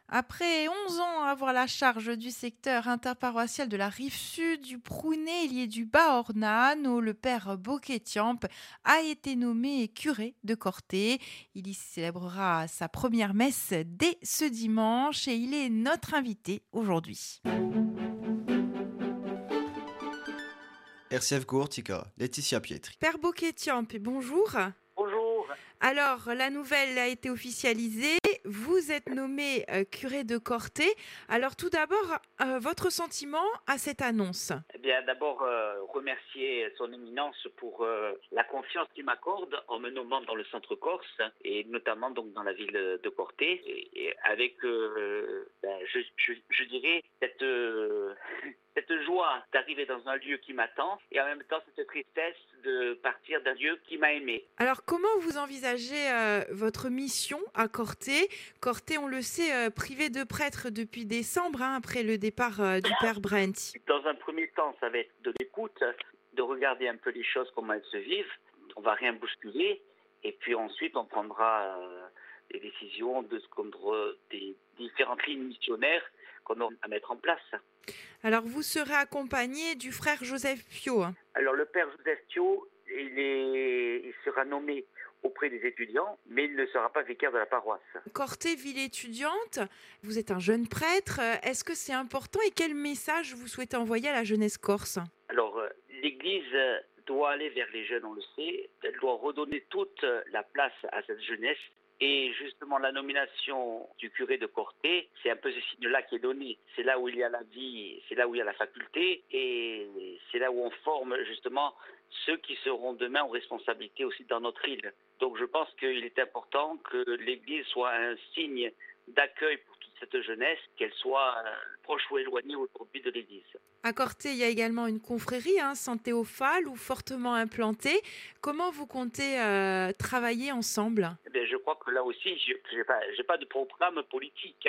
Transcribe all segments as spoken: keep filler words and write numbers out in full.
Après onze ans à avoir la charge du secteur interparoissial de la rive sud du Prounélier du Bas-Ornano, le père Boquetiamp a été nommé curé de Corté. Il y célébrera sa première messe dès ce dimanche et il est notre invité aujourd'hui. R C F Courtica, Laetitia Pietri. Père Boquetiamp, bonjour. Bonjour. Alors, la nouvelle a été officialisée. Vous êtes nommé euh, curé de Corté. Alors, tout d'abord, euh, votre sentiment à cette annonce? Eh bien, d'abord, euh, remercier son éminence pour euh, la confiance qu'il m'accorde en me nommant dans le centre Corse et notamment donc dans la ville de Corté. Et, et avec, euh, ben, je, je, je dirais, cette, euh, cette joie d'arriver dans un lieu qui m'attend et en même temps cette tristesse de partir d'un lieu qui m'a aimé. Alors, comment vous envisagez euh, votre mission à Corté? Corté, on le sait, euh, privé de prêtre depuis décembre, hein, après le départ euh, du père Brent. Dans un premier temps, ça va être de l'écoute, de regarder un peu les choses, comment elles se vivent. On va rien bousculer. Et puis ensuite, on prendra euh, des décisions de ce qu'on des différentes lignes missionnaires qu'on aura à mettre en place. Alors, vous serez accompagné du frère Joseph Pio. hein. Alors, le père Joseph Thio, il, est, il sera nommé auprès des étudiants, mais il ne sera pas vicaire de la paroisse. Corté, ville étudiante, vous êtes un jeune prêtre. euh, Est-ce que c'est important et quel message vous souhaitez envoyer à la jeunesse corse? Alors, euh, l'Église euh, doit aller vers les jeunes, on le sait. Elle doit redonner toute euh, la place à cette jeunesse. Et justement, la nomination du curé de Corté, c'est un peu ce signe-là qui est donné. C'est là où il y a la vie, c'est là où il y a la faculté, et c'est là où on forme justement ceux qui seront demain en responsabilité aussi dans notre île. Donc je pense qu'il est important que l'Église soit un signe d'accueil pour toute cette jeunesse, qu'elle soit euh, proche ou éloignée aujourd'hui de l'Église. À Corté, il y a également une confrérie, hein, Saint Théophale, ou fortement implantée. Comment vous comptez euh, travailler ensemble? Eh bien, je crois que là aussi, je n'ai pas, j'ai pas de programme politique.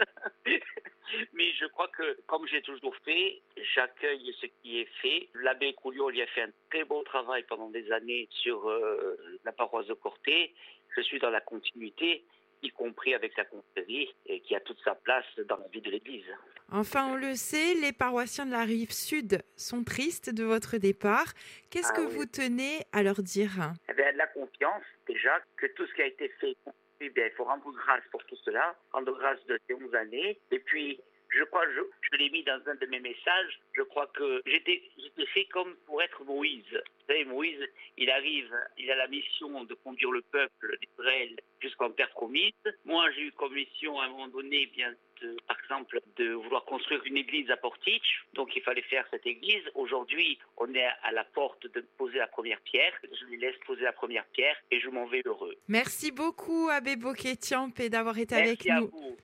Mais je crois que, comme j'ai toujours fait, j'accueille ce qui est fait. L'abbé Couliot il a fait un très beau travail pendant des années sur euh, la paroisse de Corté. Je suis dans la continuité, y compris avec la confrérie, et qui a toute sa place dans la vie de l'Église. Enfin, on le sait, les paroissiens de la rive sud sont tristes de votre départ. Qu'est-ce Ah que oui. vous tenez à leur dire? Eh bien, la confiance, déjà, que tout ce qui a été fait, eh bien, il faut rendre grâce pour tout cela, rendre grâce de ces onze années. Et puis, je crois, je, je l'ai mis dans un de mes messages, je crois que j'étais, j'étais fait comme pour être Moïse. Vous savez, Moïse, il arrive, il a la mission de conduire le peuple d'Israël jusqu'en terre promise. Moi, j'ai eu comme mission à un moment donné, eh bien, de, par exemple, de vouloir construire une église à Portich. Donc, il fallait faire cette église. Aujourd'hui, on est à la porte de poser la première pierre. Je les laisse poser la première pierre et je m'en vais heureux. Merci beaucoup, Abbé Boquetiamp, et d'avoir été avec Merci à nous. vous.